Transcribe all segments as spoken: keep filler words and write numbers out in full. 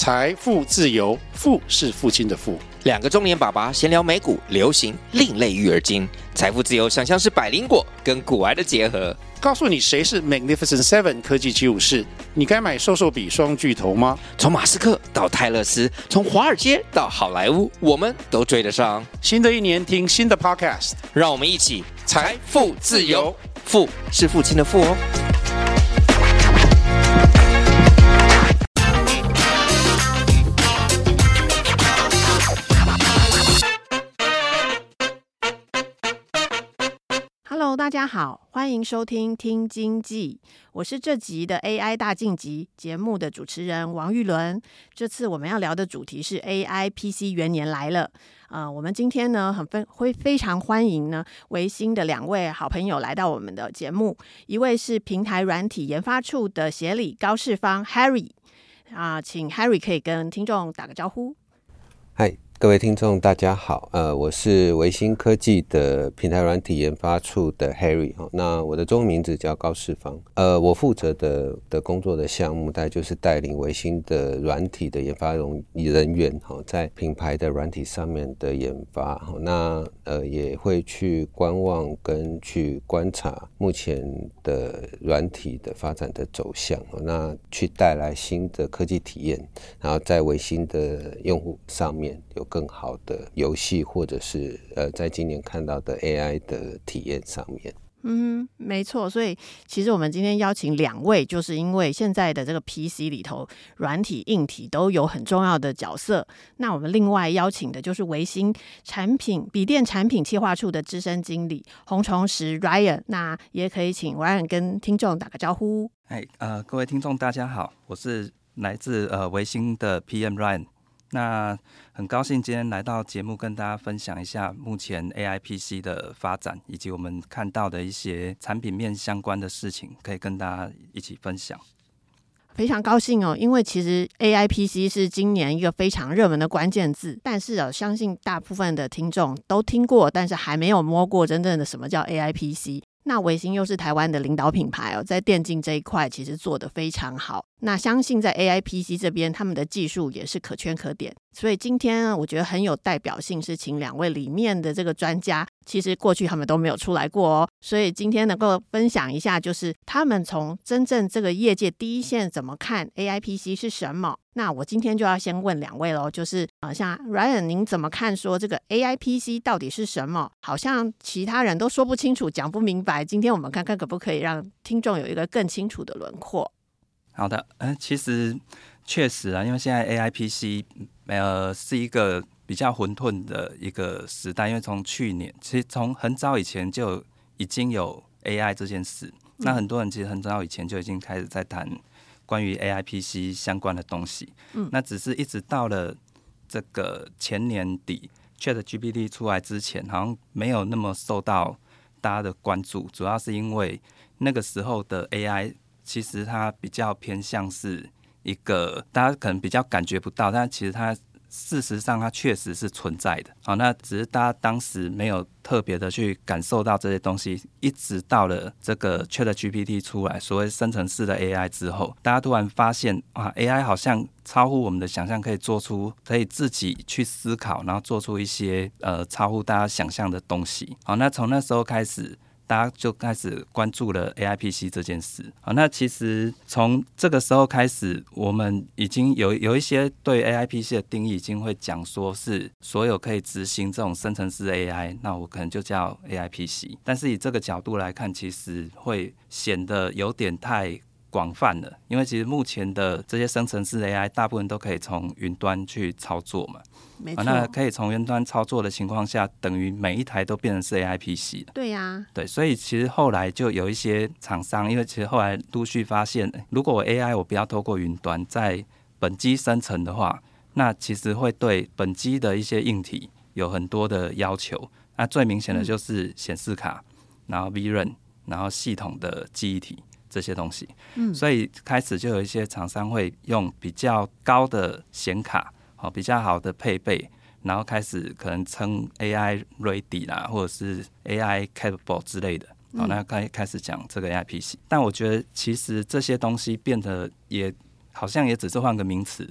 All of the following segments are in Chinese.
财富自由，富是父亲的富。 两个中年爸爸闲聊美股、流行、另类育儿经。财富自由想象是百灵果跟股癌的结合， 告诉你谁是 Magnificent Seven 科技七武士。你该买瘦瘦比双巨头吗？ 从马斯克到泰勒斯，从华尔街到好莱坞，我们都追得上。 新的一年听新的 Podcast， 让我们一起财富自由， 富是父亲的富哦。 Hello， 大家好，欢迎收听听经济，我是这集的 A I 大晋级节目的主持人王玉伦。这次我们要聊的主题是 A I P C 元年来了。呃，我们今天呢很非会非常欢迎呢微星的两位好朋友来到我们的节目，一位是平台软体研发处的协理高世芳 Harry 啊、呃，请 Harry 可以跟听众打个招呼。 嗨，各位听众大家好，呃，我是微星科技的平台软体研发处的 Harry， 那我的中文名字叫高世芳，呃，我负责的的工作的项目大概就是带领微星的软体的研发人员在品牌的软体上面的研发，那呃也会去观望跟去观察目前的软体的发展的走向，那去带来新的科技体验，然后在微星的用户上面有更好的游戏，或者是呃，在今年看到的 A I 的体验上面。 嗯，没错，所以其实我们今天邀请两位，就是因为现在的这个 P C 里头，软体、硬体都有很重要的角色。那我们另外邀请的就是微星产品笔电产品企划处的资深经理洪崇实 Ryan。那也可以请 Ryan 跟听众打个招呼。 哎，呃，各位听众大家好，我是来自呃微星的 P M Ryan。那很高兴今天来到节目，跟大家分享一下目前 A I P C 的发展，以及我们看到的一些产品面相关的事情，可以跟大家一起分享。 非常高兴哦，因为其实 A I P C 是今年一个非常热门的关键字，但是哦，相信大部分的听众都听过，但是还没有摸过真正的什么叫 A I P C。那微星又是台湾的领导品牌哦，在电竞这一块其实做得非常好。那相信在 A I P C 这边，他们的技术也是可圈可点。所以今天呢，我觉得很有代表性，是请两位里面的这个专家，其实过去他们都没有出来过哦。所以今天能够分享一下，就是他们从真正这个业界第一线怎么看 A I P C 是什么。那我今天就要先问两位咯，就是呃，像 Ryan 您怎么看说这个 A I P C 到底是什么？好像其他人都说不清楚，讲不明白。今天我们看看可不可以让听众有一个更清楚的轮廓。 好的，呃，其实确实啊，因为现在 A I P C 呃是一个比较混沌的一个时代，因为从去年其实从很早以前就已经有 A I 这件事，嗯、那很多人其实很早以前就已经开始在谈关于 A I P C 相关的东西，嗯，那只是一直到了这个前年底 ChatGPT 出来之前，好像没有那么受到大家的关注，主要是因为那个时候的 A I 其实它比较偏向是一个大家可能比较感觉不到，但其实它事实上它确实是存在的。好，那只是大家当时没有特别的去感受到这些东西，一直到了这个 ChatGPT 出来，所谓生成式的 A I 之后，大家突然发现啊 ，A I 好像超乎我们的想象，可以做出可以自己去思考，然后做出一些呃超乎大家想象的东西。好，那从那时候开始，大家就开始关注了 A I P C 这件事。好，那其实从这个时候开始，我们已经有有一些对 A I P C 的定义已经会讲说是所有可以执行这种生成式 A I， 那我可能就叫 A I P C。但是以这个角度来看，其实会显得有点太广泛了，因为其实目前的这些生成式 A I 大部分都可以从云端去操作嘛。 没错、 啊、那可以从云端操作的情况下，等于每一台都变成是 A I P C 了。 对呀、啊， 对，所以其实后来就有一些厂商，因为其实后来陆续发现，如果我 A I 我不要透过云端，在本机生成的话，那其实会对本机的一些硬体有很多的要求。那最明显的就是显示卡，嗯、然后 V R A M， 然后系统的记忆体这些东西。嗯，所以开始就有一些厂商会用比较高的显卡。比较好的配备，然后开始可能称 A I ready 啦，或者是 A I capable 之类的。好，那开开始讲这个 A I P C， 但我觉得其实这些东西变得也好像也只是换个名词。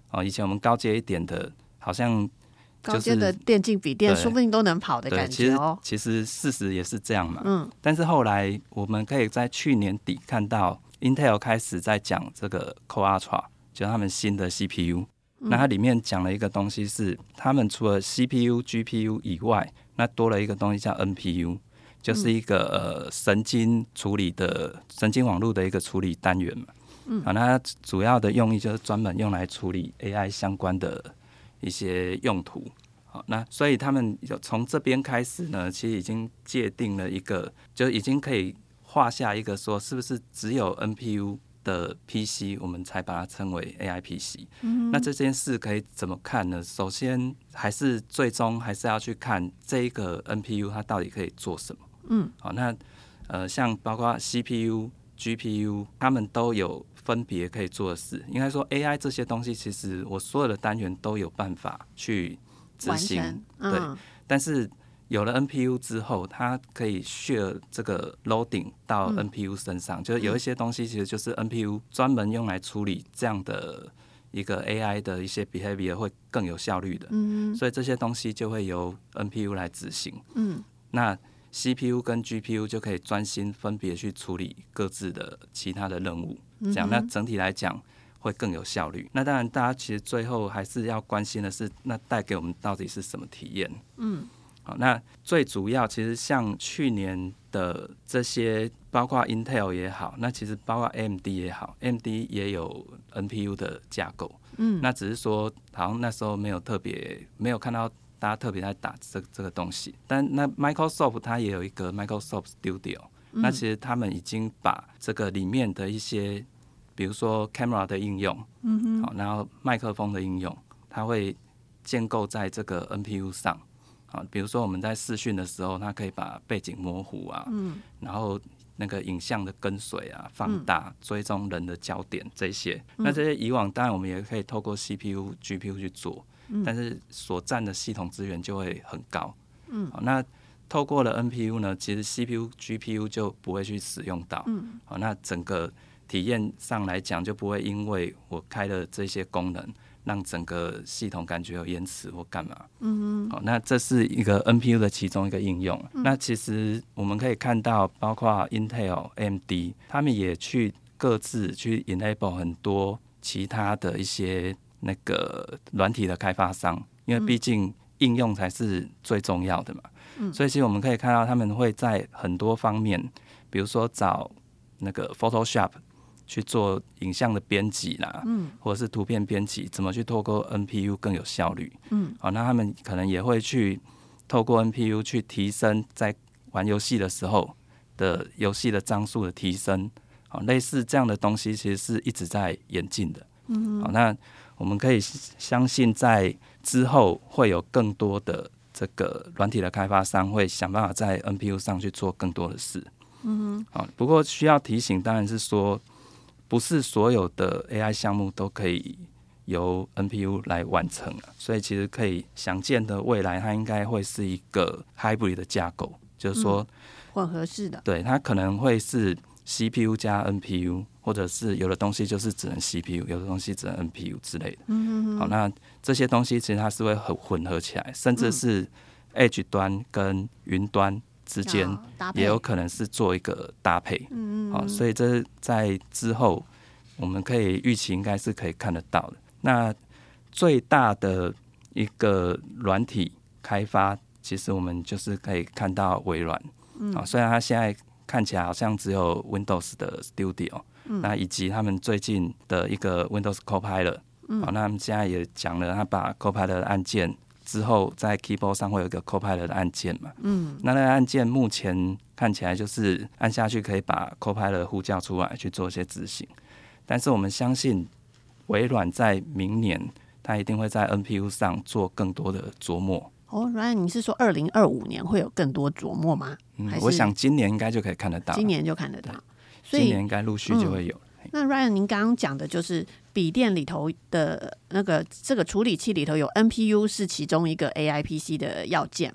哦，以前我们高阶一点的，好像、就是、 高阶的电竞笔电说不定都能跑的感觉哦。 其实其实事实也是这样嘛。 嗯， 但是后来我们可以在去年底看到 Intel 开始在讲这个 Core Ultra， 就是他们新的 C P U。那它里面讲了一个东西是，他们除了 C P U、G P U 以外，那多了一个东西叫 N P U， 就是一个、呃神经处理的神经网络的一个处理单元嘛。嗯，好，那它主要的用意就是专门用来处理 A I 相关的一些用途。好，那所以他们从这边开始呢，其实已经界定了一个，就已经可以画下一个说，是不是只有 N P U的 P C 我们才把它称为 A I P C、嗯、那这件事可以怎么看呢？首先还是最终还是要去看这一个 N P U 它到底可以做什么。嗯，好，那呃像包括 C P U、G P U 它们都有分别可以做的事。应该说 A I 这些东西其实我所有的单元都有办法去执行、嗯、对，但是有了 N P U 之后，它可以 share 这个 loading 到 N P U 身上、嗯、就是有一些东西其实就是 N P U 专门用来处理这样的一个 A I 的一些 behavior 会更有效率的、嗯、所以这些东西就会由 N P U 来执行、嗯、那 C P U 跟 G P U 就可以专心分别去处理各自的其他的任务，这样、嗯、那整体来讲会更有效率。那当然大家其实最后还是要关心的是，那带给我们到底是什么体验。嗯，好，那最主要其实像去年的这些包括 Intel 也好，那其实包括 A M D 也好， A M D 也有 N P U 的架构。嗯，那只是说好像那时候没有特别没有看到大家特别在打这这个东西，但那 Microsoft 它也有一个 Microsoft Studio、嗯、那其实他们已经把这个里面的一些比如说 camera 的应用、嗯哼，好，然后麦克风的应用，它会建构在这个 N P U 上。好，比如说我们在视讯的时候，它可以把背景模糊啊，嗯、然后那个影像的跟随啊、放大、嗯、追踪人的焦点这些。嗯、那这些以往当然我们也可以透过 C P U、G P U 去做，嗯、但是所占的系统资源就会很高。嗯，好，那透过了 N P U 呢，其实 C P U、G P U 就不会去使用到。嗯，好，那整个体验上来讲，就不会因为我开了这些功能，让整个系统感觉有延迟或干嘛。嗯，好，那这是一个 N P U 的其中一个应用。嗯、那其实我们可以看到，包括 Intel、A M D， 他们也去各自去 enable 很多其他的一些那个软体的开发商，因为毕竟应用才是最重要的嘛。嗯，所以其实我们可以看到，他们会在很多方面，比如说找那个 Photoshop。去做影像的编辑啦、嗯，或者是图片编辑，怎么去透过 N P U 更有效率？嗯，好，那他们可能也会去透过 N P U 去提升在玩游戏的时候的游戏的张数的提升，好，类似这样的东西其实是一直在演进的。嗯，好，那我们可以相信在之后会有更多的这个软体的开发商会想办法在 N P U 上去做更多的事。嗯，好，不过需要提醒，当然是说。不是所有的 A I 项目都可以由 N P U 来完成，所以其实可以想见的未来，它应该会是一个 hybrid 的架构，就是说、嗯、 混合式的。对， 它可能会是 C P U 加 N P U， 或者是有的东西就是只能 C P U， 有的东西只能 N P U 之类的。嗯、好，那这些东西其实它是会很混合起来，甚至是 Edge 端跟云端。之间也有可能是做一个搭配，嗯，好，所以这在之后我们可以预期应该是可以看得到的。那最大的一个软体开发，其实我们就是可以看到微软，嗯，好，虽然它现在看起来好像只有 Windows 的 Studio，嗯，那以及他们最近的一个 Windows Copilot，嗯，好，那他们现在也讲了，他把 Copilot 的按键。之后在 keyboard 上会有一个 Copilot 的按键嘛，嗯，那那个按键目前看起来就是按下去可以把 Copilot 呼叫出来去做一些执行，但是我们相信微软在明年它一定会在 N P U 上做更多的琢磨。 哦，原来你是说二零二五年会有更多琢磨吗？ 嗯，我想今年应该就可以看得到， 今年就看得到， 所以今年应该陆续就会有。 嗯，那 Ryan 您刚刚讲的就是笔电里头的那个这个处理器里头有 N P U 是其中一个 A I P C 的要件嘛？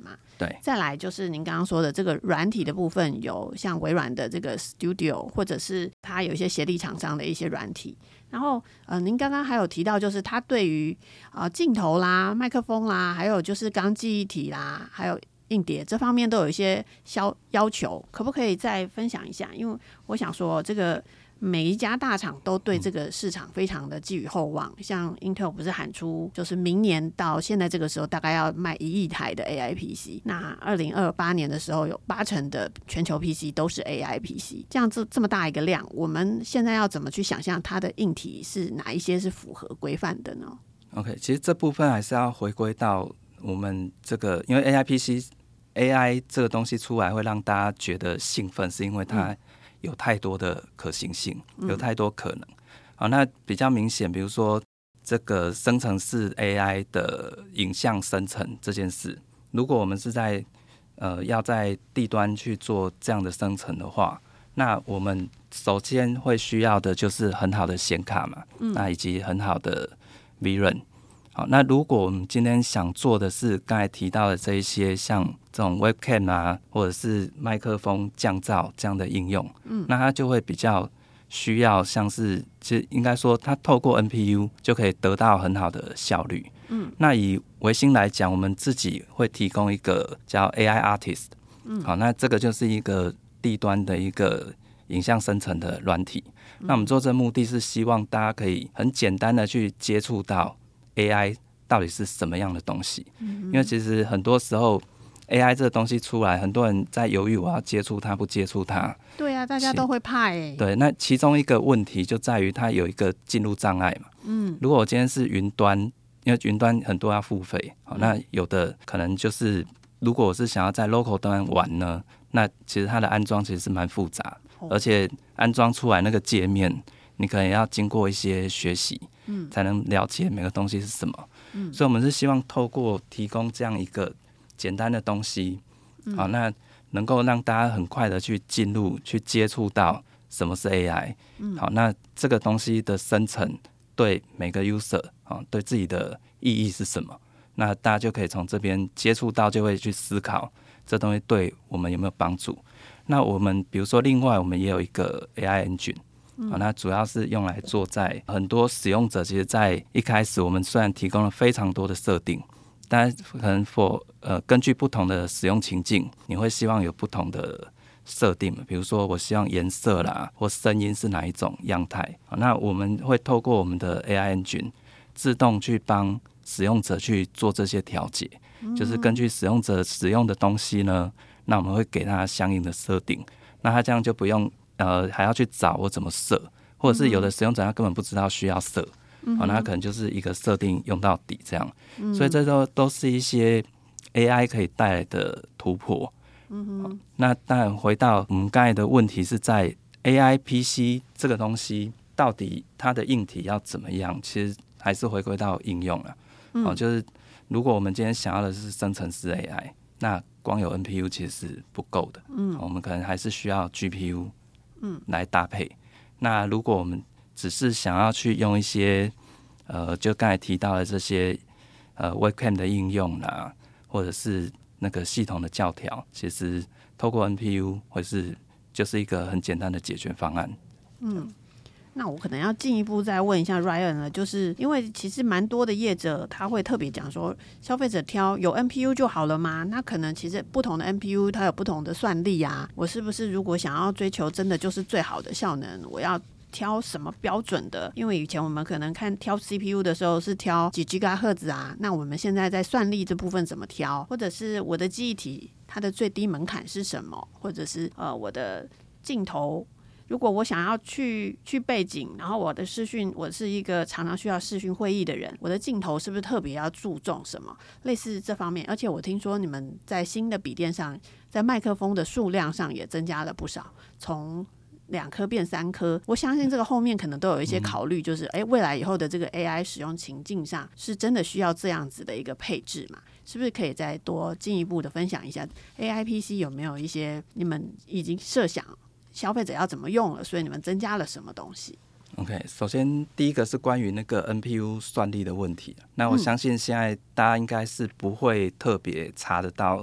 对， 再来就是您刚刚说的这个软体的部分，有像微软的这个 Studio， 或者是它有一些协力厂商的一些软体。然后呃，您刚刚还有提到，就是它对于呃镜头啦、麦克风啦，还有就是刚记忆体啦，还有硬碟这方面都有一些要要求，可不可以再分享一下？因为我想说，这个每一家大厂都对这个市场非常的寄予厚望。像 Intel 不是喊出，就是明年到现在这个时候，大概要卖一亿台的 A I P C。那二零二八年的时候，有八成的全球 P C 都是 A I P C。这样子这么大一个量，我们现在要怎么去想象它的硬体是哪一些是符合规范的呢 ？OK， 其实这部分还是要回归到我们这个，因为 A I P C。A I 这个东西出来会让大家觉得兴奋，是因为它有太多的可行性，嗯、有太多可能。好，那比较明显，比如说这个生成式 A I 的影像生成这件事，如果我们是在呃要在地端去做这样的生成的话，那我们首先会需要的就是很好的显卡嘛，嗯、那以及很好的 V R A M。好，那如果我们今天想做的是刚才提到的这一些，像这种 webcam 啊，或者是麦克风降噪这样的应用，嗯，那它就会比较需要像是，其实应该说，它透过 N P U 就可以得到很好的效率。嗯，那以微星来讲，我们自己会提供一个叫 A I Artist， 嗯，好，那这个就是一个地端的一个影像生成的软体。嗯、那我们做这目的是希望大家可以很简单的去接触到 A I 到底是什么样的东西，嗯、因为其实很多时候 A I 这个东西出来，很多人在犹豫我要接触它不接触它。 对啊，大家都会怕哎、欸。 对，那其中一个问题就在于它有一个进入障碍嘛。嗯，如果我今天是云端，因为云端很多要付费，好，那有的可能就是如果我是想要在 local 端玩呢，那其实它的安装其实是蛮复杂，哦、而且安装出来那个界面，你可能要经过一些学习。嗯，才能了解每个东西是什么。嗯，所以我们是希望透过提供这样一个简单的东西，嗯、好，那能够让大家很快的去进入、去接触到什么是 A I。嗯，好，那这个东西的生成对每个 user 啊，对自己的意义是什么？那大家就可以从这边接触到，就会去思考这东西对我们有没有帮助。那我们比如说，另外我们也有一个 A I engine。好，那主要是用来做在很多使用者，其实在一开始我们虽然提供了非常多的设定，但可能 for 呃根据不同的使用情境，你会希望有不同的设定，比如说我希望颜色啦或声音是哪一种样态。好，那我们会透过我们的 A I engine 自动去帮使用者去做这些调节，嗯、就是根据使用者使用的东西呢，那我们会给他相应的设定，那他这样就不用呃，还要去找我怎么设，或者是有的使用者他根本不知道需要设，嗯、好，那他可能就是一个设定用到底这样，嗯、所以这都都是一些 A I 可以带来的突破。嗯哼，那当然回到我们刚才的问题是在 A I P C 这个东西到底它的硬体要怎么样，其实还是回归到应用了。嗯、好，就是如果我们今天想要的是生成式 A I， 那光有 N P U 其实是不够的，嗯，我们可能还是需要 G P U。嗯，来搭配。那如果我们只是想要去用一些呃，就刚才提到的这些呃 webcam 的应用啦，或者是那个系统的校调，其实透过 N P U 会是就是一个很简单的解决方案。 嗯。那我可能要进一步再问一下 Ryan 了，就是因为其实蛮多的业者他会特别讲说，消费者挑有 N P U 就好了吗？那可能其实不同的 N P U 它有不同的算力啊，我是不是如果想要追求真的就是最好的效能，我要挑什么标准的？因为以前我们可能看挑 C P U 的时候是挑几 GHz 啊，那我们现在在算力这部分怎么挑？或者是我的记忆体它的最低门槛是什么？或者是呃我的镜头？如果我想要去去背景，然后我的视讯，我是一个常常需要视讯会议的人，我的镜头是不是特别要注重什么？类似这方面。而且我听说你们在新的笔电上，在麦克风的数量上也增加了不少，从两颗变三颗。我相信这个后面可能都有一些考虑，就是哎，未来以后的这个 A I 使用情境上，是真的需要这样子的一个配置嘛？是不是可以再多进一步的分享一下 A I P C 有没有一些你们已经设想？消费者要怎么用了，所以你们增加了什么东西 ？OK， 首先第一个是关于那个 N P U 算力的问题。那我相信现在大家应该是不会特别查得到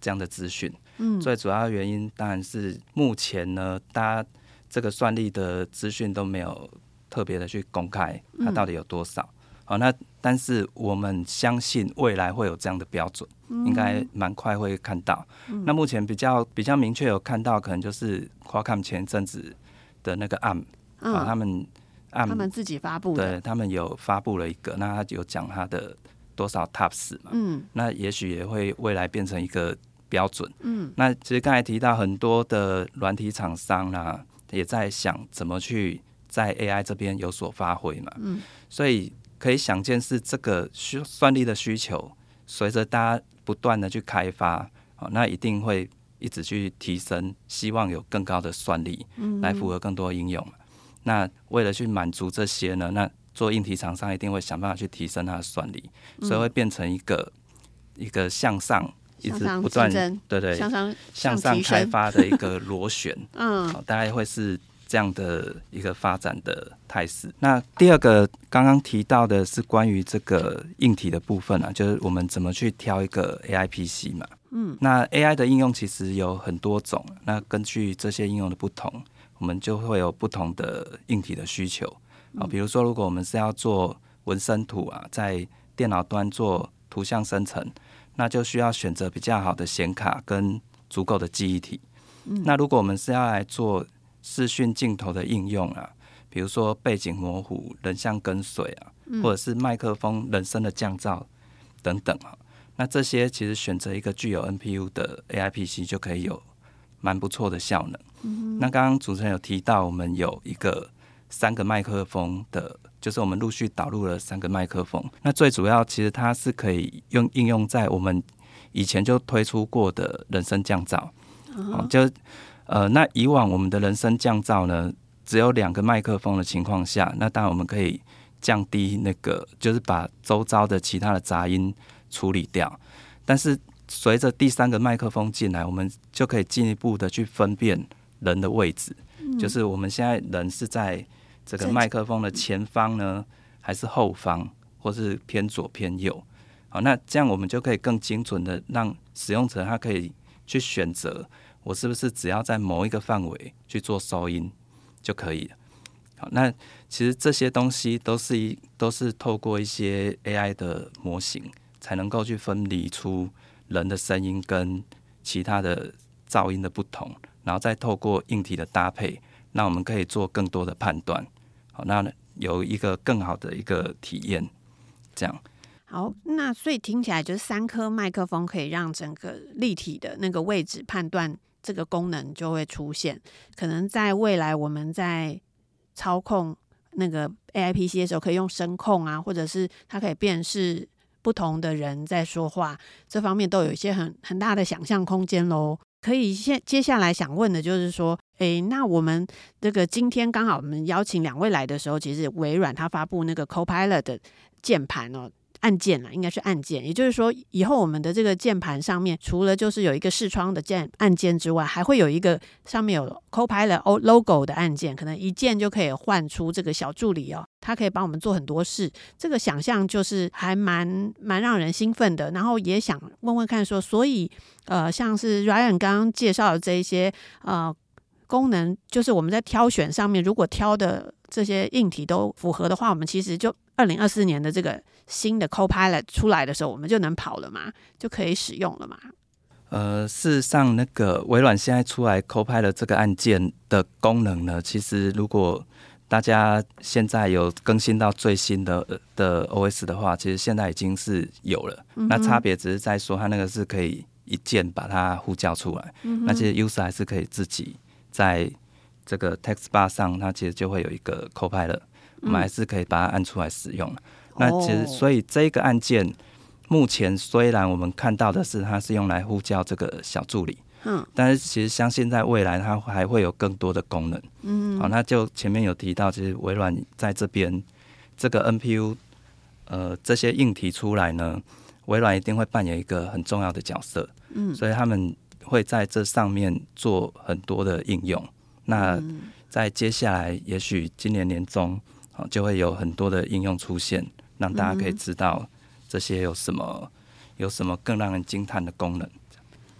这样的资讯。嗯，最主要的原因当然是目前呢，大家这个算力的资讯都没有特别的去公开，它到底有多少。好、嗯，那但是我们相信未来会有这样的标准，嗯、应该蛮快会看到。嗯、那目前比较比较明确有看到，可能就是 Qualcomm 前阵子的那个 A R M，、嗯啊、他们 A R M 他们自己发布的， 对，他们有发布了一个，那他有讲他的多少 T O P S 嘛，嗯，那也许也会未来变成一个标准，嗯，那其实刚才提到很多的软体厂商啊，也在想怎么去在 A I 这边有所发挥嘛，嗯，所以可以想见是这个需算力的需求，随着大家不断的去开发，那一定会一直去提升，希望有更高的算力来符合更多应用嘛。那为了去满足这些呢，那做硬体厂商一定会想办法去提升它的算力，嗯、所以会变成一个一个向上一直不断对对向上向上开发的一个螺旋，嗯，大概会是这样的一个发展的态势。那第二个刚刚提到的是关于这个硬体的部分啊，就是我们怎么去挑一个 A I P C 嘛。嗯，那 A I 的应用其实有很多种，那根据这些应用的不同，我们就会有不同的硬体的需求。啊，比如说，如果我们是要做纹身图啊，在电脑端做图像生成，那就需要选择比较好的显卡跟足够的记忆体。嗯、那如果我们是要来做视讯镜头的应用啊，比如说背景模糊、人像跟随啊，嗯、或者是麦克风人声的降噪等等啊，那这些其实选择一个具有 N P U 的 A I P C 就可以有蛮不错的效能。嗯、那刚刚主持人有提到，我们有一个三个麦克风的，就是我们陆续导入了三个麦克风。那最主要，其实它是可以用应用在我们以前就推出过的人声降噪。Uh-huh. 哦、就呃，那以往我们的人声降噪呢，只有两个麦克风的情况下，那当然我们可以降低那个，就是把周遭的其他的杂音处理掉。但是随着第三个麦克风进来，我们就可以进一步的去分辨人的位置，嗯、就是我们现在人是在这个麦克风的前方呢，还是后方，或是偏左偏右？好，那这样我们就可以更精准的让使用者他可以去选择，我是不是只要在某一个范围去做收音就可以了。好，那其实这些东西都是一都是透过一些 A I 的模型才能够去分离出人的声音跟其他的噪音的不同，然后再透过硬体的搭配，那我们可以做更多的判断。好，那有一个更好的一个体验，这样。 好，那所以听起来就是三颗麦克风可以让整个立体的那个位置判断这个功能就会出现。可能在未来我们在操控那个 A I P C 的时候，可以用声控啊，或者是它可以辨识不同的人在说话，这方面都有一些很很大的想象空间咯。可以现接下来想问的就是说，诶，那我们这个今天刚好我们邀请两位来的时候，其实微软它发布那个 Copilot 的键盘哦。按键啦，应该是按键，也就是说，以后我们的这个键盘上面，除了就是有一个视窗的键按键之外，还会有一个上面有 Copilot logo 的按键，可能一键就可以换出这个小助理哦，它可以帮我们做很多事。这个想象就是还蛮蛮让人兴奋的。然后也想问问看说，所以呃，像是 Ryan 刚刚介绍的这一些呃功能，就是我们在挑选上面，如果挑的这些硬体都符合的话，我们其实就二零二四年的这个新的 Copilot 出来的时候，我们就能跑了嘛，就可以使用了嘛。 呃，事实上，那个微软现在出来 Copilot 这个按键的功能呢，其实如果大家现在有更新到最新的的 O S 的话，其实现在已经是有了。嗯、那差别只是在说，它那个是可以一键把它呼叫出来，嗯、那其实 user 还是可以自己在这个 text bar 上，它其实就会有一个 Copilot。我们还是可以把它按出来使用、嗯、那其实所以这个按键目前虽然我们看到的是它是用来呼叫这个小助理，嗯，但是其实相信在未来它还会有更多的功能，嗯，好，那就前面有提到，其实微软在这边这个 N P U 呃这些硬体出来呢，微软一定会扮演一个很重要的角色，嗯，所以他们会在这上面做很多的应用。那在接下来也许今年年中就会有很多的应用出现，让大家可以知道这些有什么有什么更让人惊叹的功能。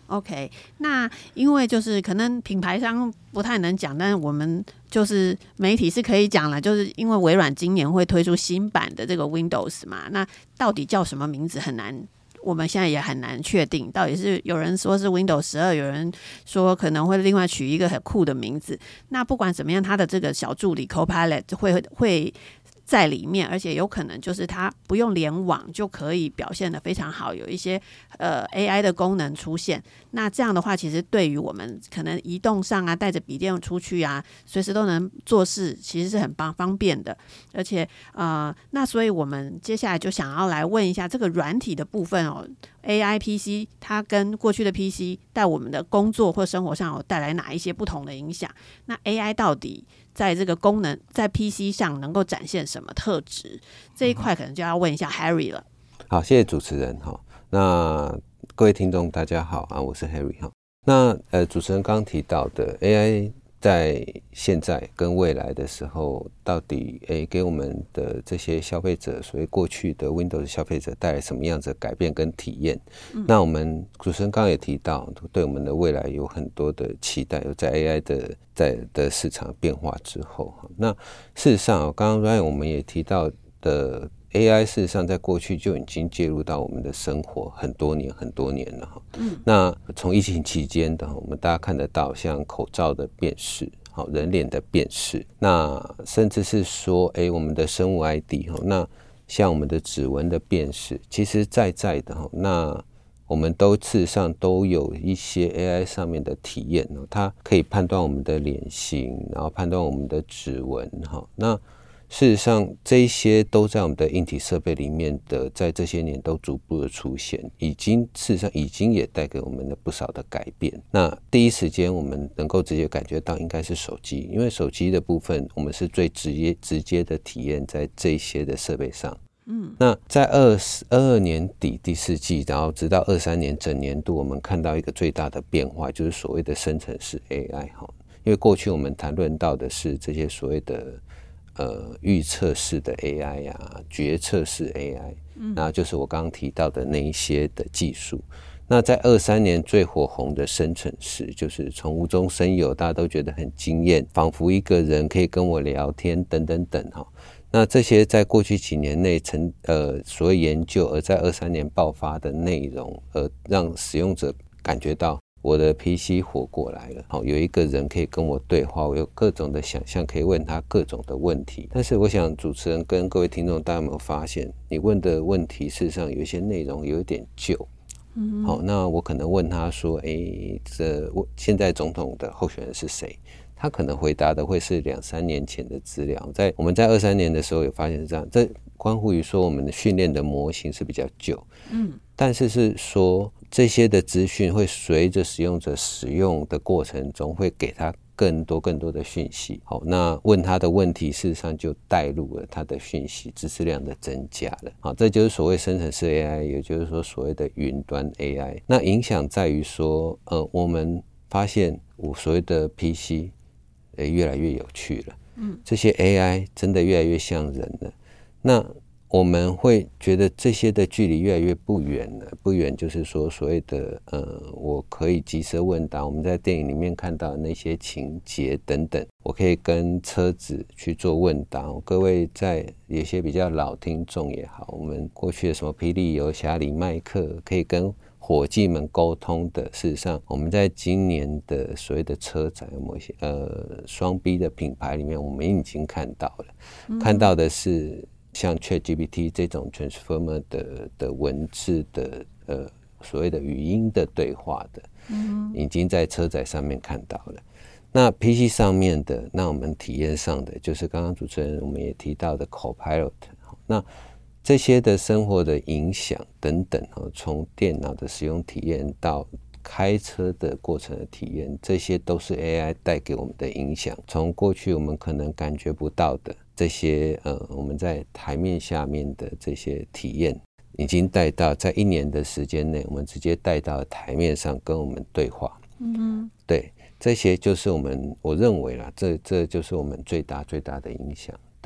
OK， 那因为就是可能品牌商不太能讲，但是我们就是媒体是可以讲了，就是因为微软今年会推出新版的这个 Windows 嘛，那到底叫什么名字很难，我们现在也很难确定，到底是有人说是 Windows 十二，有人说可能会另外取一个很酷的名字。那不管怎么样，它的这个小助理 Copilot 会会在里面，而且有可能就是它不用联网就可以表现得非常好，有一些呃 A I 的功能出现。那这样的话，其实对于我们可能移动上啊，带着笔电出去啊，随时都能做事，其实是很方方便的。而且呃，那所以我们接下来就想要来问一下这个软体的部分哦 ，A I P C 它跟过去的 P C 在我们的工作或生活上有带来哪一些不同的影响？那 A I 到底在这个功能在 P C 上能够展现什么特质？这一块可能就要问一下 Harry 了。 好，谢谢主持人哈。那各位听众大家好啊，我是 Harry 哈。那呃，主持人刚刚提到的 A I 在现在跟未来的时候，到底诶给我们的这些消费者，所谓过去的 Windows 消费者带来什么样子的改变跟体验？嗯、那我们主持人刚刚也提到，对我们的未来有很多的期待，有在 A I 的在的市场变化之后，那事实上，刚刚 Ryan 我们也提到的。A I 事实上在过去就已经介入到我们的生活很多年很多年了。嗯，那从疫情期间的，我们大家看得到像口罩的辨识，人脸的辨识，那甚至是说，哎，我们的生物 I D， 那像我们的指纹的辨识，其实在在的，那我们都事实上都有一些 A I 上面的体验，它可以判断我们的脸型，然后判断我们的指纹，那事实上，这一些都在我们的硬体设备里面的，在这些年都逐步的出现，已经事实上已经也带给我们的不少的改变。那第一时间我们能够直接感觉到，应该是手机，因为手机的部分，我们是最直接直接的体验在这一些的设备上。嗯，那在二二年底第四季，然后直到二三年整年度，我们看到一个最大的变化，就是所谓的生成式 A I 哈。因为过去我们谈论到的是这些所谓的呃，预测式的 A I 啊，决策式 A I，嗯，然后就是我刚刚提到的那一些的技术。那在二三年最火红的生成式，就是从无中生有，大家都觉得很惊艳，仿佛一个人可以跟我聊天，等等等哈。那这些在过去几年内成呃所谓研究，而在二三年爆发的内容，而让使用者感觉到。我的 P C 活过来了，好，有一个人可以跟我对话，我有各种的想象，可以问他各种的问题。但是我想主持人跟各位听众，大家有没有发现，你问的问题事实上有一些内容有一点旧。嗯，好，那我可能问他说，诶，这现在总统的候选人是谁？他可能回答的会是两三年前的资料。在我们在二三年的时候也发现是这样，这关乎于说我们的训练的模型是比较旧。嗯，但是是说。这些的资讯会随着使用者使用的过程中，会给他更多更多的讯息。好，那问他的问题，事实上就带入了他的讯息知识量的增加了。好，这就是所谓生成式 A I， 也就是说所谓的云端 A I。那影响在于说，呃，我们发现我所谓的 P C，呃，越来越有趣了。嗯，这些 A I 真的越来越像人了。那我们会觉得这些的距离越来越不远了，不远就是说所谓的呃，我可以即时问答，我们在电影里面看到的那些情节等等，我可以跟车子去做问答。各位在有些比较老听众也好，我们过去的什么霹雳游侠、李麦克，可以跟伙计们沟通的，事实上我们在今年的所谓的车展某些呃双 B 的品牌里面，我们已经看到了，嗯、看到的是。像 ChatGPT 这种 Transformer 的, 的文字的呃所谓的语音的对话的，嗯，已经在车载上面看到了。那 P C 上面的，那我们体验上的，就是刚刚主持人我们也提到的 Copilot， 那这些的生活的影响等等，从电脑的使用体验到开车的过程的体验，这些都是 A I 带给我们的影响。从过去我们可能感觉不到的这些呃，我们在台面下面的这些体验，已经带到在一年的时间内，我们直接带到台面上跟我们对话。嗯，对，这些就是我们我认为啦，这这就是我们最大最大的影响。对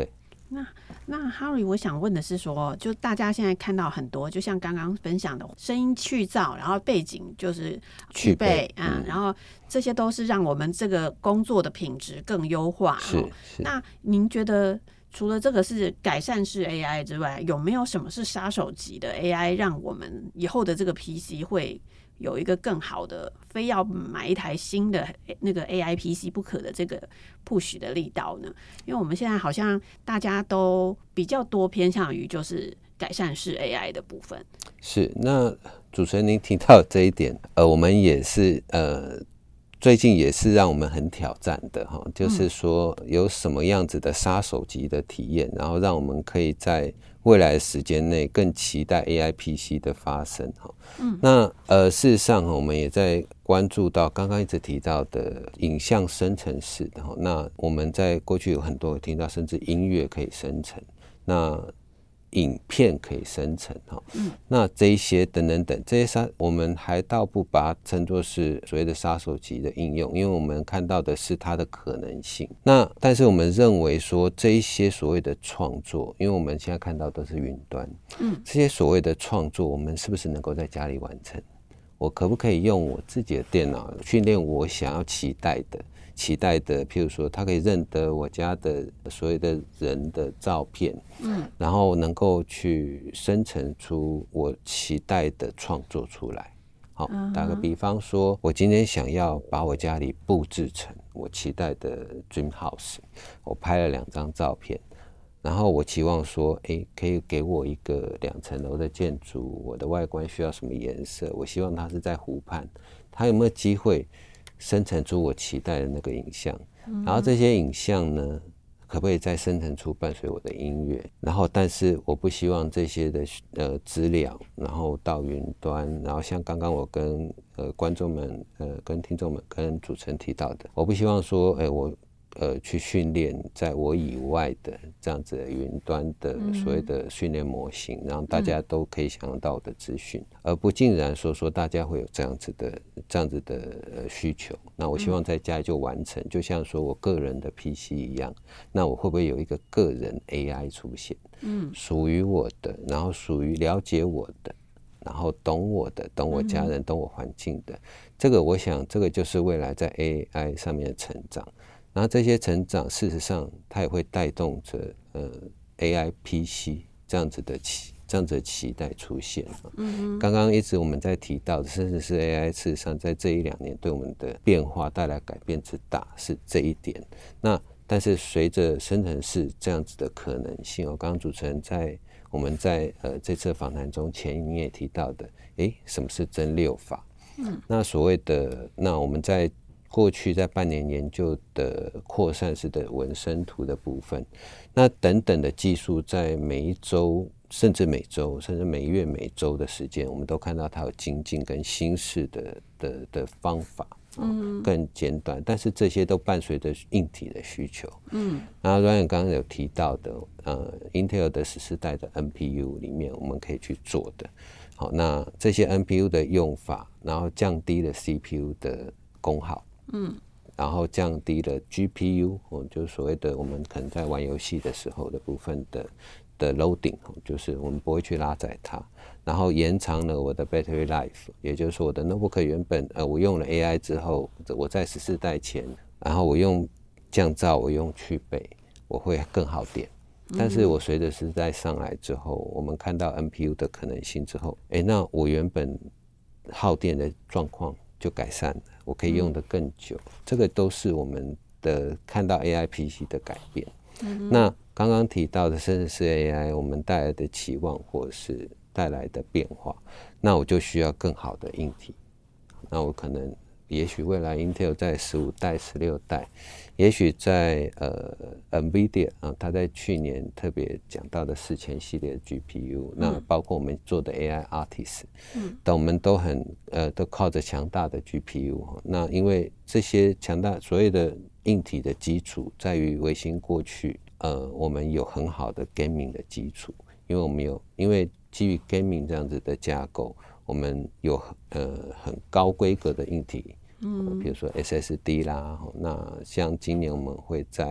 那那 Harry， 我想问的是说，就大家现在看到很多，就像刚刚分享的声音去噪，然后背景就是去背啊、嗯，然后这些都是让我们这个工作的品质更优化。 是是。 那您觉得除了这个是改善式 A I 之外，有没有什么是杀手级的 A I， 让我们以后的这个 P C 会有一个更好的，非要买一台新的那个 A I P C 不可的这个 push 的力道呢？因为我们现在好像大家都比较多偏向于就是改善式 A I 的部分。 是，那主持人您提到这一点，呃，我们也是呃。最近也是让我们很挑战的哈，就是说有什么样子的杀手级的体验，然后让我们可以在未来的时间内更期待 A I P C 的发生哈。嗯，那呃事实上我们也在关注到刚刚一直提到的影像生成式的哈，那我们在过去有很多听到，甚至音乐可以生成，那影片可以生成、嗯、那这一些等等等，这些杀我们还倒不把它称作是所谓的杀手级的应用，因为我们看到的是它的可能性。那但是我们认为说这一些所谓的创作，因为我们现在看到都是云端、嗯、这些所谓的创作我们是不是能够在家里完成？我可不可以用我自己的电脑训练我想要期待的期待的，譬如说他可以认得我家的所有的人的照片，嗯，然后能够去生成出我期待的创作出来。好，打个比方说，我今天想要把我家里布置成我期待的 dream house， 我拍了两张照片，然后我期望说，哎，可以给我一个两层楼的建筑，我的外观需要什么颜色？我希望它是在湖畔，它有没有机会生成出我期待的那个影像？嗯、然后这些影像呢，可不可以再生成出伴随我的音乐？然后，但是我不希望这些的呃资料，然后到云端，然后像刚刚我跟呃观众们、呃跟听众们、跟主持人提到的，我不希望说，哎我。呃，去训练在我以外的这样子的云端的所谓的训练模型，让大家都可以享用到我的资讯，而不尽然说说大家会有这样子的这样子的呃需求。那我希望在家里就完成，就像说我个人的 P C 一样，那我会不会有一个个人 A I 出现？嗯，属于我的，然后属于了解我的，然后懂我的，懂我家人，懂我环境的。这个我想，这个就是未来在 A I 上面的成长。然后这些成长，事实上它也会带动着呃 A I P C 这样子的期这样子的期待出现。嗯，刚刚一直我们在提到的，甚至是 A I， 事实上在这一两年对我们的变化带来改变之大，是这一点。那但是随着生成式这样子的可能性，我刚刚主持人在我们在呃这次访谈中前你也提到的，诶，什么是真六法？嗯，那所谓的那我们在过去在半年研究的扩散式的纹身图的部分，那等等的技术，在每一周甚至每周甚至每月每周的时间，我们都看到它有精进跟新式的 的, 的方法，嗯，更简短，但是这些都伴随着硬体的需求。嗯，然后 Ryan 刚刚有提到的，呃 Intel 的十四代的 N P U 里面我们可以去做的，好，那这些 N P U 的用法，然后降低了 C P U 的功耗。嗯，然后降低了 G P U， 就是所谓的我们可能在玩游戏的时候的部分的的 loading， 就是我们不会去拉载它，然后延长了我的 battery life， 也就是说我的 notebook 原本呃我用了 A I 之后，我在十四代前，然后我用降噪，我用去背，我会更好点。但是我随着时代上来之后，我们看到 N P U 的可能性之后，哎，那我原本耗电的状况就改善了，我可以用得更久，嗯、这个都是我们的看到 A I P C 的改变。嗯、那刚刚提到的甚至是 A I 我们带来的期望或是带来的变化，那我就需要更好的硬体。那我可能也许未来 Intel 在十五代、十六代，也许在呃 NVIDIA 啊，它在去年特别讲到的四千系列的 G P U，、嗯、那包括我们做的 A I Artist， 嗯，但我们都很呃都靠着强大的 G P U。那因为这些强大所谓的硬体的基础，在于微星过去呃我们有很好的 gaming 的基础，因为我们有因为基于 gaming 这样子的架构。我们有呃很高规格的硬体，嗯，比如说 S S D 啦，那像今年我们会在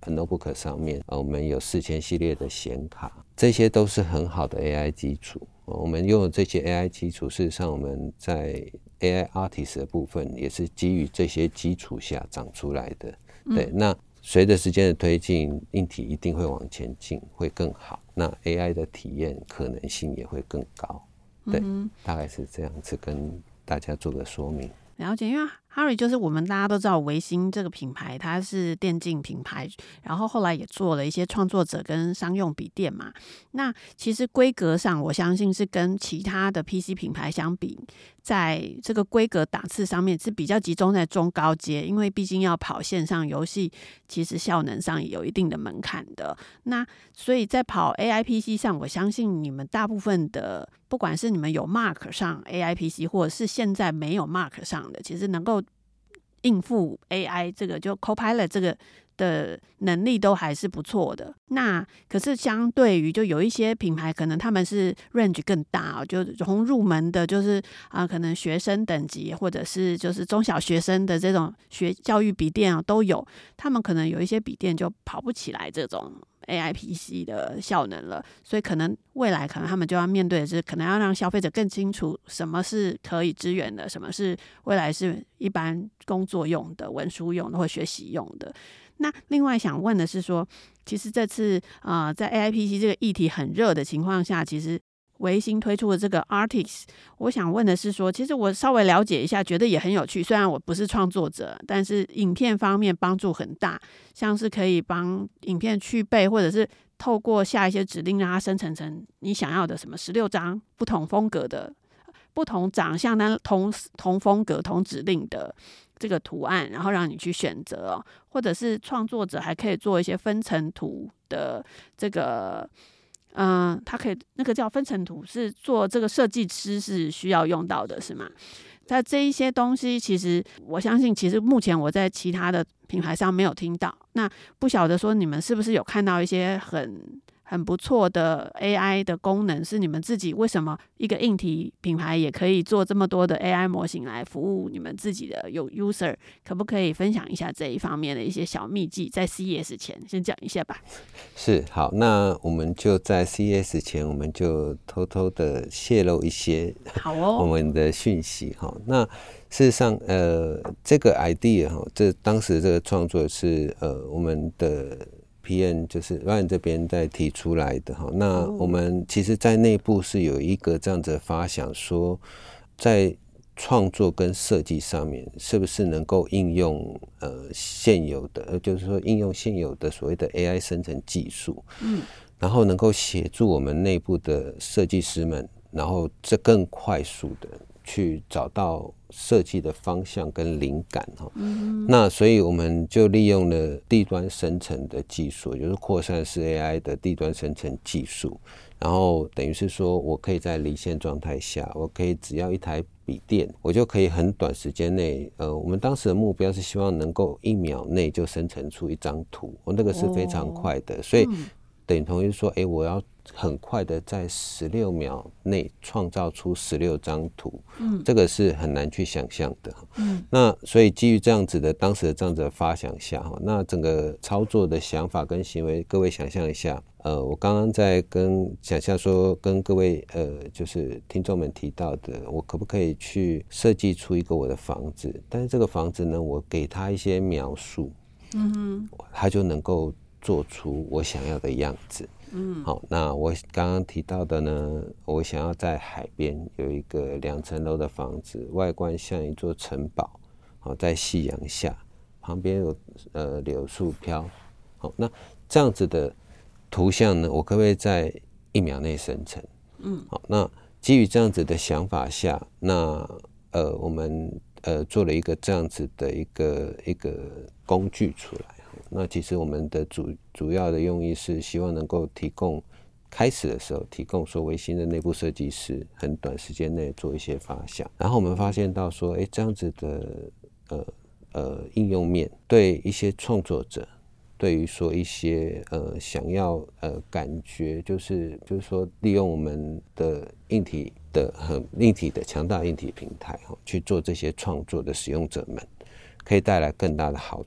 notebook 上面，呃、我们有四千系列的显卡，这些都是很好的 A I 基础。呃、我们用的这些 A I 基础，事实上我们在 A I Artist 的部分也是基于这些基础下长出来的。嗯、对，那随着时间的推进，硬体一定会往前进，会更好。那 A I 的体验可能性也会更高。对，嗯、大概是这样子跟大家做个说明。 了解，因为 Harry 就是我们大家都知道微星这个品牌，它是电竞品牌，然后后来也做了一些创作者跟商用笔电嘛。那其实规格上，我相信是跟其他的 P C 品牌相比，在这个规格档次上面是比较集中在中高阶，因为毕竟要跑线上游戏，其实效能上也有一定的门槛的。那所以在跑 A I P C 上，我相信你们大部分的，不管是你们有 Mark 上 A I P C， 或者是现在没有 Mark 上的，其实能够应付 A I 这个就 Copilot 这个的能力都还是不错的。那可是相对于就有一些品牌，可能他们是 range 更大、哦、就从入门的就是啊、呃，可能学生等级或者是就是中小学生的这种学教育笔电、哦、都有，他们可能有一些笔电就跑不起来这种A I P C 的效能了，所以可能未来可能他们就要面对的是，可能要让消费者更清楚什么是可以支援的，什么是未来是一般工作用的、文书用的或学习用的。那另外想问的是说，其实这次呃在 A I P C 这个议题很热的情况下，其实微星推出的这个 Artist， 我想问的是说，其实我稍微了解一下，觉得也很有趣。虽然我不是创作者，但是影片方面帮助很大，像是可以帮影片去背，或者是透过下一些指令，让它生成成你想要的什么十六张不同风格的、不同长相但同同风格、同指令的这个图案，然后让你去选择、哦，或者是创作者还可以做一些分层图的这个。嗯，它可以那个叫分层图，是做这个设计师是需要用到的，是吗？在这一些东西，其实我相信，其实目前我在其他的品牌上没有听到。那不晓得说你们是不是有看到一些很很不错的 A I 的功能，是你们自己为什么一个硬体品牌也可以做这么多的 A I 模型来服务你们自己的有 user？ 可不可以分享一下这一方面的一些小秘技？在 C E S 前先讲一下吧。 是，好，那我们就在 C E S 前，我们就偷偷的泄露一些好哦我们的讯息哈。那事实上，呃，这个 idea 哈，这当时这个创作是呃我们的。P M 就是 Ryan 这边在提出来的哈，那我们其实在内部是有一个这样子的发想，说在创作跟设计上面是不是能够应用呃现有的，呃就是说应用现有的所谓的 A I 生成技术，嗯，然后能够协助我们内部的设计师们，然后这更快速的去找到设计的方向跟灵感、嗯、那所以我们就利用了地端生成的技术，就是扩散式 A I 的地端生成技术，然后等于是说我可以在离线状态下，我可以只要一台笔电，我就可以很短时间内，呃，我们当时的目标是希望能够一秒内就生成出一张图，我那个是非常快的，哦、所以等同于说，哎、欸，我要很快的在十六秒内创造出十六张图，嗯，这个是很难去想象的，嗯，那所以基于这样子的当时的这样子的发想下，那整个操作的想法跟行为，各位想象一下，呃，我刚刚在跟想象说跟各位呃就是听众们提到的，我可不可以去设计出一个我的房子？但是这个房子呢，我给他一些描述，嗯哼，他就能够做出我想要的样子。嗯，好，那我刚刚提到的呢，我想要在海边有一个两层楼的房子，外观像一座城堡，好，在夕阳下，旁边有呃柳树飘，好，那这样子的图像呢，我可不可以在一秒内生成？嗯，好，那基于这样子的想法下，那呃我们呃做了一个这样子的一个一个工具出来。那其实我们的 主, 主要的用意是希望能够提供开始的时候提供说微星的内部设计师很短时间内做一些发想，然后我们发现到说，哎，这样子的呃呃应用面对一些创作者，对于说一些呃想要呃感觉就是就是说利用我们的硬体的很硬体的强大硬体平台去做这些创作的使用者们，可以带来更大的好处。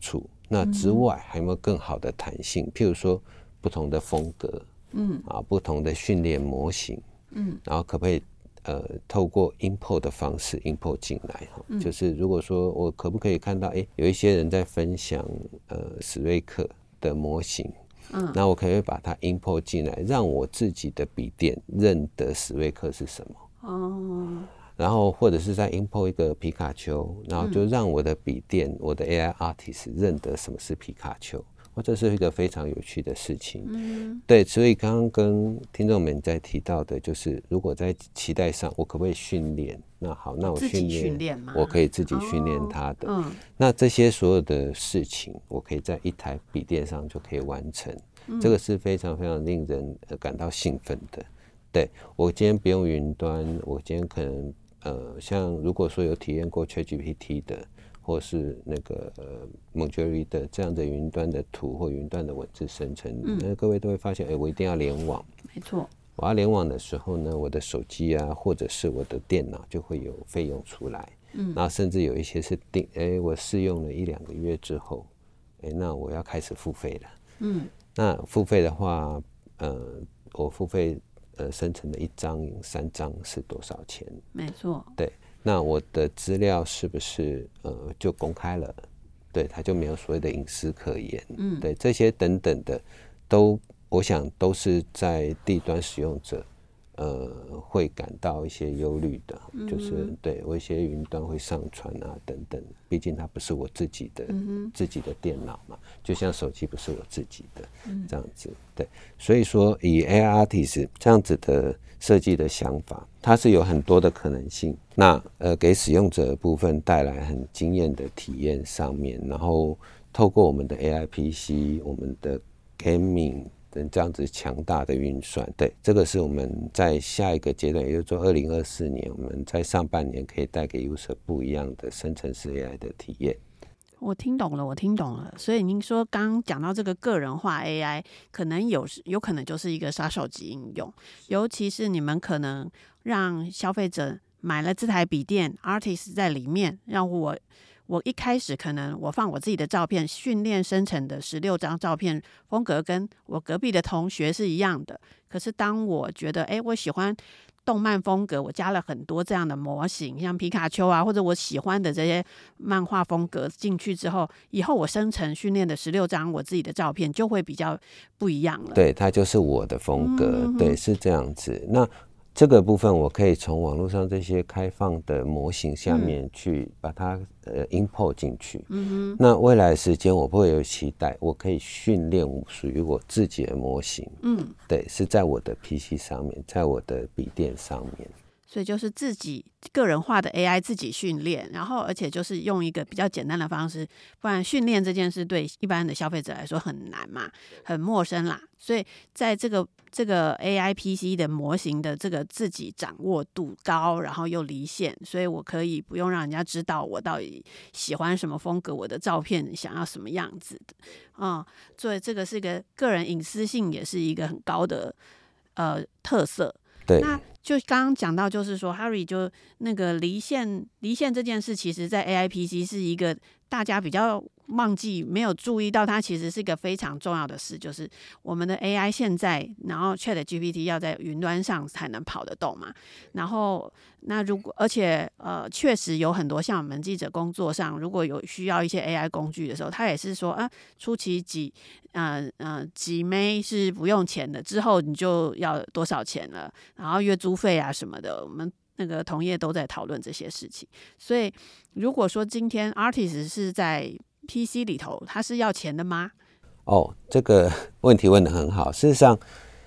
那之外还有没有更好的弹性？譬如说不同的风格，嗯啊，不同的训练模型，嗯，然后可不可以呃透过 import 的方式 import 进来？嗯、就是如果说我可不可以看到，哎，有一些人在分享呃史瑞克的模型。嗯，那我可以把它 import 进来，让我自己的笔电认得史瑞克是什么。哦，然后或者是再 import 一个皮卡丘，然后就让我的笔电、嗯、我的 A I artist 认得什么是皮卡丘。或这是一个非常有趣的事情。嗯，对，所以刚刚跟听众们在提到的，就是如果在期待上，我可不可以训练？那好，那我训练，我可以自己训练它的。哦嗯、那这些所有的事情，我可以在一台笔电上就可以完成。嗯、这个是非常非常令人感到兴奋的。对，我今天不用云端，我今天可能呃，像如果说有体验过 ChatGPT 的。或是那个呃 Midjourney 的这样的云端的图或云端的文字生成，嗯、那各位都会发现，哎、欸，我一定要联网。 没错， 我要联网的时候呢，我的手机啊，或者是我的电脑就会有费用出来。嗯，然后甚至有一些是定，哎、欸，我试用了一两个月之后，哎、欸，那我要开始付费了。嗯，那付费的话，呃，我付费呃生成的一张、三张是多少钱？ 没错， 对。那我的资料是不是呃就公开了？对，它就没有所谓的隐私可言。嗯，对，这些等等的，都我想都是在地端使用者呃会感到一些忧虑的，嗯、就是对我一些云端会上传啊等等，毕竟它不是我自己的、嗯、自己的电脑嘛，就像手机不是我自己的、嗯、这样子。对，所以说以 A I artist 这样子的设计的想法，它是有很多的可能性。那呃，给使用者的部分带来很惊艳的体验上面，然后透过我们的 A I P C、我们的 gaming 等这样子强大的运算，对，这个是我们在下一个阶段，也就是说二零二四年，我们在上半年可以带给 user 不一样的生成式 A I 的体验。 我听懂了，我听懂了。所以您说刚刚讲到这个个人化 A I， 可能有有可能就是一个杀手级应用，尤其是你们可能让消费者买了这台笔电 ，artist 在里面，让我我一开始可能我放我自己的照片，训练生成的十六张照片风格跟我隔壁的同学是一样的。可是当我觉得，哎，我喜欢动漫风格，我加了很多这样的模型，像皮卡丘啊，或者我喜欢的这些漫画风格进去之后，以后我生成训练的十六张我自己的照片就会比较不一样了。 对，它就是我的风格，嗯、对，是这样子。那这个部分我可以从网络上这些开放的模型下面去把它、嗯、呃 import 进去。嗯哼。那未来的时间我不会有期待，我可以训练属于我自己的模型。嗯，对，是在我的 P C 上面，在我的笔电上面。 所以就是自己个人化的 A I 自己训练，然后而且就是用一个比较简单的方式，不然训练这件事对一般的消费者来说很难嘛，很陌生啦。所以在这个这个 A I P C 的模型的这个自己掌握度高，然后又离线，所以我可以不用让人家知道我到底喜欢什么风格，我的照片想要什么样子的，嗯，所以这个是个个人隐私性也是一个很高的呃特色。 对， 那就刚刚讲到，就是说 Harry 就那个离线离线这件事，其实在 A I P C 是一个大家比较忘记没有注意到，它其实是一个非常重要的事，就是我们的 A I 现在，然后 ChatGPT 要在云端上才能跑得动嘛。然后那如果而且呃，确实有很多像我们记者工作上，如果有需要一些 A I 工具的时候，他也是说啊，初期几呃呃几枚是不用钱的，之后你就要多少钱了，然后月租费啊什么的，我们那个同业都在讨论这些事情。所以如果说今天 artist 是在 P C 里头，他是要钱的吗？ 哦，这个问题问得很好。事实上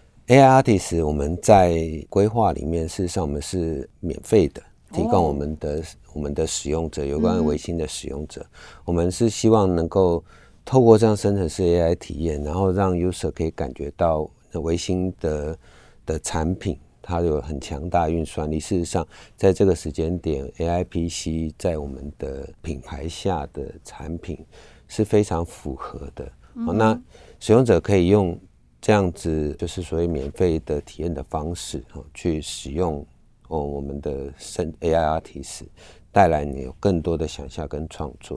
A I artist 我们在规划里面，事实上我们是免费的，提供我们的、哦、我们的使用者，有关微星的使用者、嗯、我们是希望能够透过这样生成式 A I 体验，然后让 user 可以感觉到微星的的产品它有很强大运算力。事实上在这个时间点 A I P C 在我们的品牌下的产品是非常符合的、嗯哦、那使用者可以用这样子就是所谓免费的体验的方式、哦、去使用、哦、我们的 A I artist， 带来你有更多的想象跟创作，这样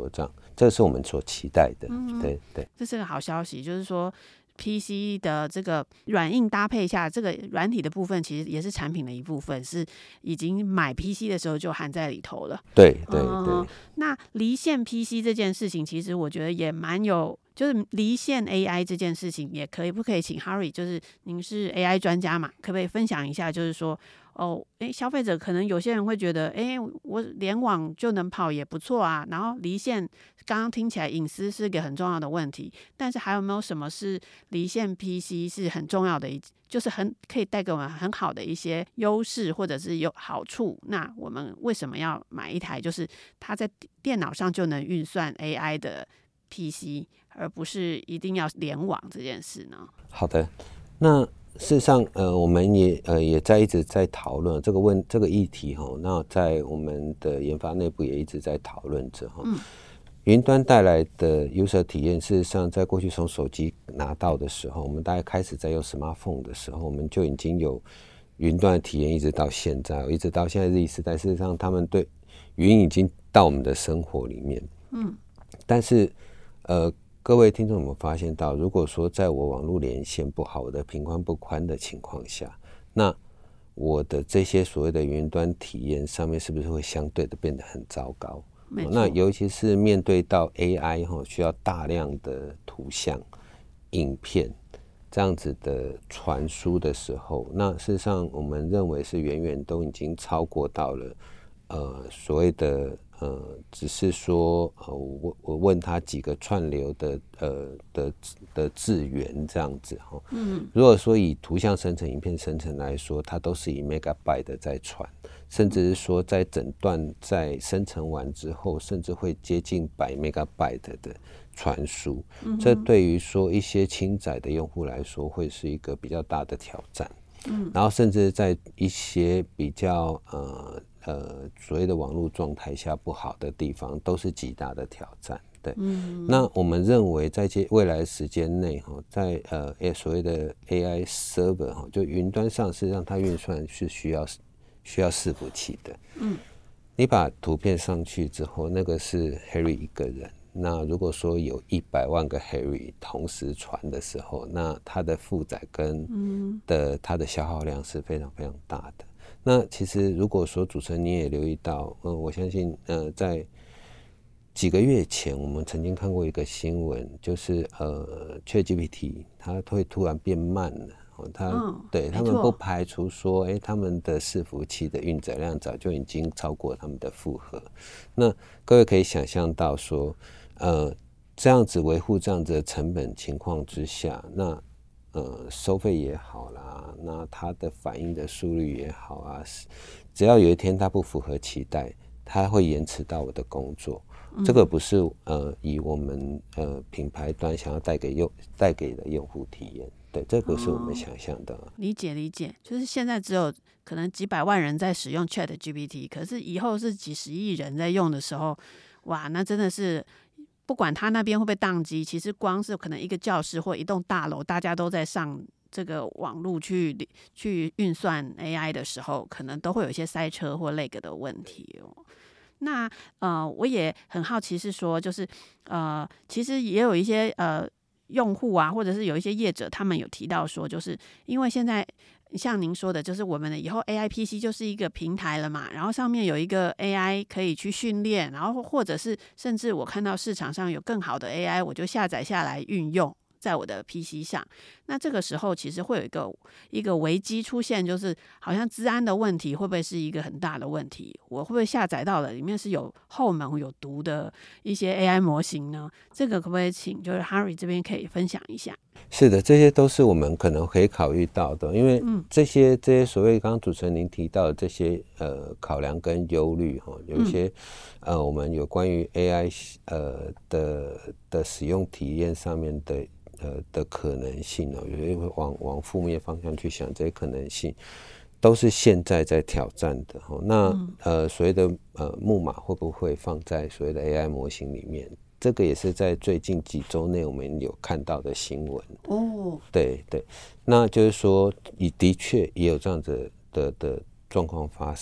这是我们所期待的。 嗯、 对对， 这是个好消息，就是说。P C 的这个软硬搭配下，这个软体的部分其实也是产品的一部分，是已经买 P C 的时候就含在里头了。 对对对、 嗯。那离线 P C 这件事情，其实我觉得也蛮有，就是离线 A I 这件事情，也可以不可以请 Harry， 就是您是 A I 专家嘛，可不可以分享一下，就是说。哦，哎，消费者可能有些人会觉得，哎，我联网就能跑也不错啊。然后离线，刚刚听起来隐私是一个很重要的问题，但是还有没有什么是离线 P C 是很重要的一，就是很可以带给我们很好的一些优势或者是有好处？那我们为什么要买一台就是它在电脑上就能运算 A I 的 P C， 而不是一定要联网这件事呢？ 好的，那。事实上，呃，我们也呃也在一直在讨论这个问这个议题哈。那在我们的研发内部也一直在讨论着哈。云端带来的 user 体验，事实上在过去从手机拿到的时候，我们大概开始在用 smartphone 的时候，我们就已经有云端的体验，一直到现在，一直到现在 Z 世代，事实上他们对云已经到我们的生活里面。嗯，但是呃。各位听众有没有发现到，如果说在我网络连线不好，我的频宽不宽的情况下，那我的这些所谓的云端体验上面是不是会相对的变得很糟糕？那尤其是面对到 A I 需要大量的图像、影片这样子的传输的时候，那事实上我们认为是远远都已经超过到了呃所谓的。呃，只是说，呃，我我问他几个串流的呃的的字元这样子哈。嗯。如果说以图像生成、影片生成来说，它都是以 megabyte 在传，甚至是说在整段在生成完之后，甚至会接近百 megabyte 的传输。嗯。这对于说一些轻载的用户来说，会是一个比较大的挑战。嗯。然后甚至在一些比较呃。呃，所谓的网络状态下不好的地方，都是极大的挑战。对，嗯、那我们认为在这未来时间内，哈，在呃，所谓的 A I server 哈，就云端上是让它运算是需要需要伺服器的。嗯，你把图片上去之后，那个是 Harry 一个人。那如果说有一百万个 Harry 同时传的时候，那它的负载跟的它的消耗量是非常非常大的。那其实如果说主持人你也留意到，嗯，我相信呃在几个月前我们曾经看过一个新闻，就是呃 ChatGPT 它会突然变慢了，哦、它、嗯、对他们不排除说，哎，他们的伺服器的运载量早就已经超过他们的负荷。那各位可以想象到说，呃，这样子维护这样子的成本情况之下，那呃，收费也好啦，那它的反应的速率也好啊，只要有一天它不符合期待，它会延迟到我的工作。嗯、这个不是呃以我们呃品牌端想要带给用带给的用户体验，对，这不是我们想象的。哦、 理解理解，就是现在只有可能几百万人在使用 ChatGPT， 可是以后是几十亿人在用的时候，哇，那真的是。不管他那边会不会宕机，其实光是可能一个教室或一栋大楼，大家都在上这个网络去去运算 A I 的时候，可能都会有一些塞车或 lag 的问题哦。那呃，我也很好奇是说，就是呃，其实也有一些呃用户啊，或者是有一些业者，他们有提到说，就是因为现在。像您说的，就是我们的以后 A I P C 就是一个平台了嘛，然后上面有一个 A I 可以去训练，然后或者是甚至我看到市场上有更好的 A I， 我就下载下来运用在我的 P C 上。那这个时候其实会有一个一个危机出现，就是好像资安的问题会不会是一个很大的问题？我会不会下载到了里面是有后门有毒的一些 A I 模型呢？这个可不可以请就是 Harry 这边可以分享一下？ 是的，这些都是我们可能可以考虑到的，因为这些这些所谓刚刚主持人您提到的这些呃考量跟忧虑哈，有一些、嗯、呃我们有关于 A I 呃的的使用体验上面的呃的可能性哦，有些会往往负面方向去想，这些可能性都是现在在挑战的哈。那、嗯、呃所谓的呃木马会不会放在所谓的 A I 模型里面？这个也是在最近几周内我们有看到的新闻哦，对对，那就是说，也的确也有这样子的的状况发生。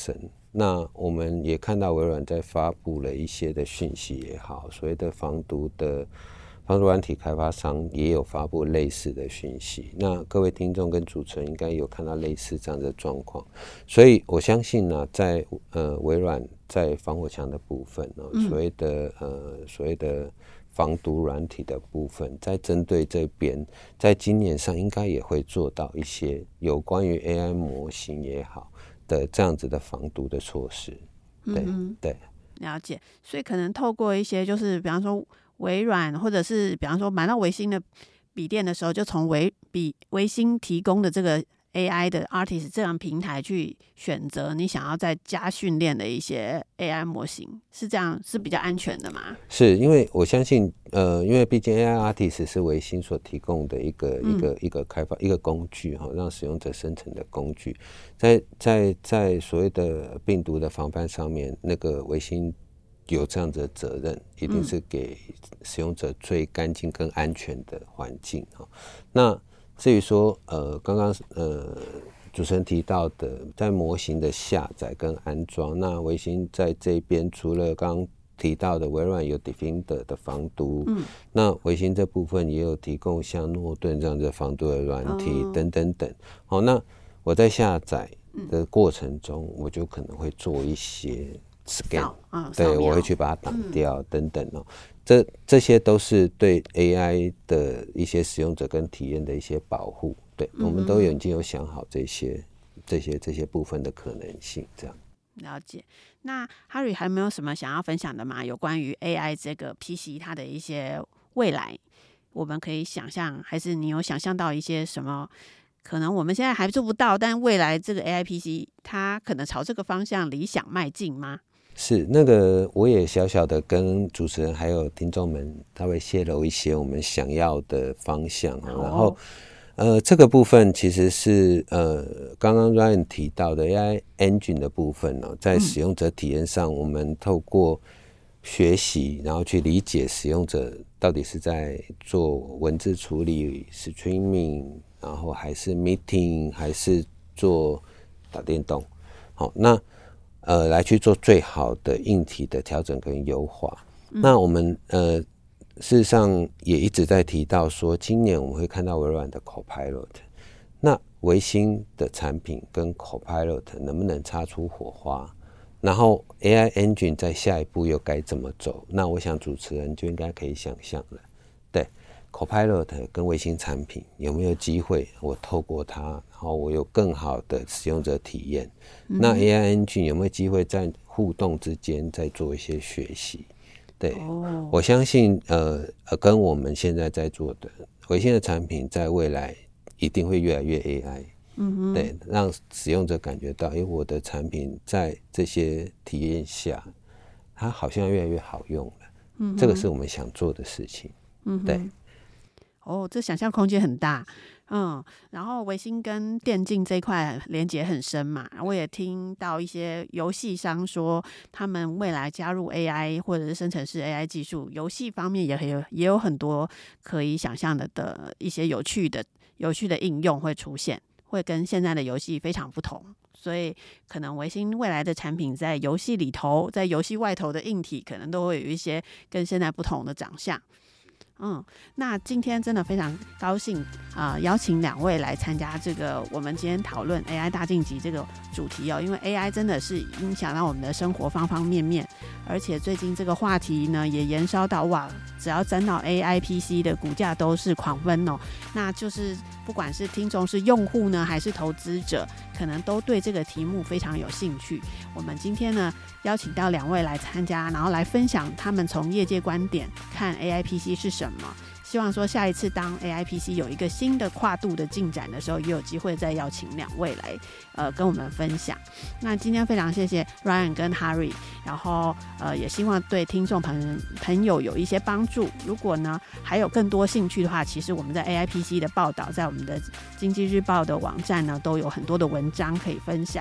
那我们也看到微软在发布了一些的讯息也好，所谓的防毒的防毒软体开发商也有发布类似的讯息。那各位听众跟主持人应该有看到类似这样的状况，所以我相信呢、啊，在呃微软在防火墙的部分呢、哦，所谓的呃所谓的防毒软体的部分，在针对这边，在今年上应该也会做到一些有关于 A I 模型也好的这样子的防毒的措施。对、嗯、对， 了解。所以可能透过一些就是比方说微软，或者是比方说买到微星的笔电的时候，就从微比微星提供的这个 A I 的 Artist 这样平台去选择你想要再加训练的一些 A I 模型，是这样是比较安全的吗？ 是，因为我相信，呃，因为毕竟 A I Artist 是微星所提供的一个、嗯、一个一个开发一个工具哈，让使用者生成的工具，在在在所谓的病毒的防范上面，那个微星有这样子的责任，一定是给使用者最干净跟安全的环境哈。那至于说，呃，刚刚呃主持人提到的，在模型的下载跟安装，那微星在这边除了刚刚提到的微软有 Defender 的防毒，嗯，那微星这部分也有提供像诺顿这样的防毒的软体、哦、等等等。好，那我在下载的过程中，嗯、我就可能会做一些 scan，、哦、对，我会去把它挡掉、嗯、等等哦。这这些都是对 A I 的一些使用者跟体验的一些保护，对、嗯、我们都有已经有想好这些这些这些部分的可能性，这样。 了解。那 Harry 还没有什么想要分享的吗？有关于 A I 这个 P C 它的一些未来，我们可以想象，还是你有想象到一些什么？可能我们现在还做不到，但未来这个 A I P C 它可能朝这个方向理想迈进吗？ 是那个，我也小小的跟主持人还有听众们稍微泄露一些我们想要的方向、哦、然后呃，这个部分其实是呃，刚刚 Ryan 提到的 A I Engine 的部分呢、哦，在使用者体验上，嗯、我们透过学习，然后去理解使用者到底是在做文字处理、streaming， 然后还是 meeting， 还是做打电动，好，那。呃，来去做最好的硬体的调整跟优化。嗯、那我们呃，事实上也一直在提到说，今年我们会看到微软的 Copilot。那微星的产品跟 Copilot 能不能擦出火花？然后 A I Engine 在下一步又该怎么走？那我想主持人就应该可以想象了。对 ，Copilot 跟微星产品有没有机会？我透过它，然后我有更好的使用者体验。那 A I Engine 有没有机会在互动之间再做一些学习？对，哦、我相信呃跟我们现在在做的微星的产品，在未来一定会越来越 A I， 嗯哼，对，让使用者感觉到，哎，我的产品在这些体验下，它好像越来越好用了。嗯，这个是我们想做的事情。嗯，对。 哦，这想象空间很大。嗯，然后微星跟电竞这一块连结很深嘛，我也听到一些游戏商说，他们未来加入 A I 或者是生成式 A I 技术，游戏方面也有也有很多可以想象的的一些有趣的有趣的应用会出现，会跟现在的游戏非常不同。所以可能微星未来的产品在游戏里头，在游戏外头的硬体，可能都会有一些跟现在不同的长相。嗯，那今天真的非常高兴啊、呃，邀请两位来参加这个我们今天讨论 A I 大晋级这个主题哦，因为 A I 真的是影响到我们的生活方方面面，而且最近这个话题呢也延烧到哇，只要沾到 A I P C 的股价都是狂奔哦，那就是不管是听众是用户呢还是投资者，可能都对这个题目非常有兴趣。我们今天呢邀请到两位来参加，然后来分享他们从业界观点看 A I P C 是什么。希望说下一次当 A I P C 有一个新的跨度的进展的时候，也有机会再邀请两位来呃跟我们分享。那今天非常谢谢 Ryan 跟 Harry， 然后呃也希望对听众朋朋友有一些帮助。如果呢还有更多兴趣的话，其实我们在 A I P C 的报道在我们的经济日报的网站呢都有很多的文章可以分享。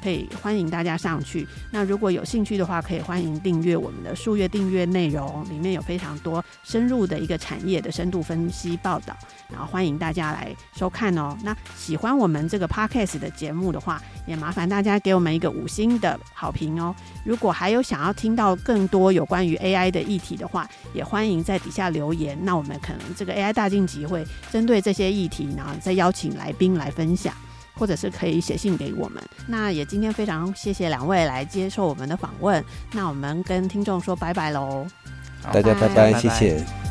可以欢迎大家上去。那如果有兴趣的话，可以欢迎订阅我们的数月订阅内容，里面有非常多深入的一个产业的深度分析报道，然后欢迎大家来收看哦。那喜欢我们这个 Podcast 的节目的话，也麻烦大家给我们一个五星的好评哦。如果还有想要听到更多有关于 A I 的议题的话，也欢迎在底下留言。那我们可能这个 A I 大晋级会针对这些议题，然后再邀请来宾来分享，或者是可以写信给我们。那也今天非常谢谢两位来接受我们的访问，那我们跟听众说拜拜喽。 大家拜拜，谢谢。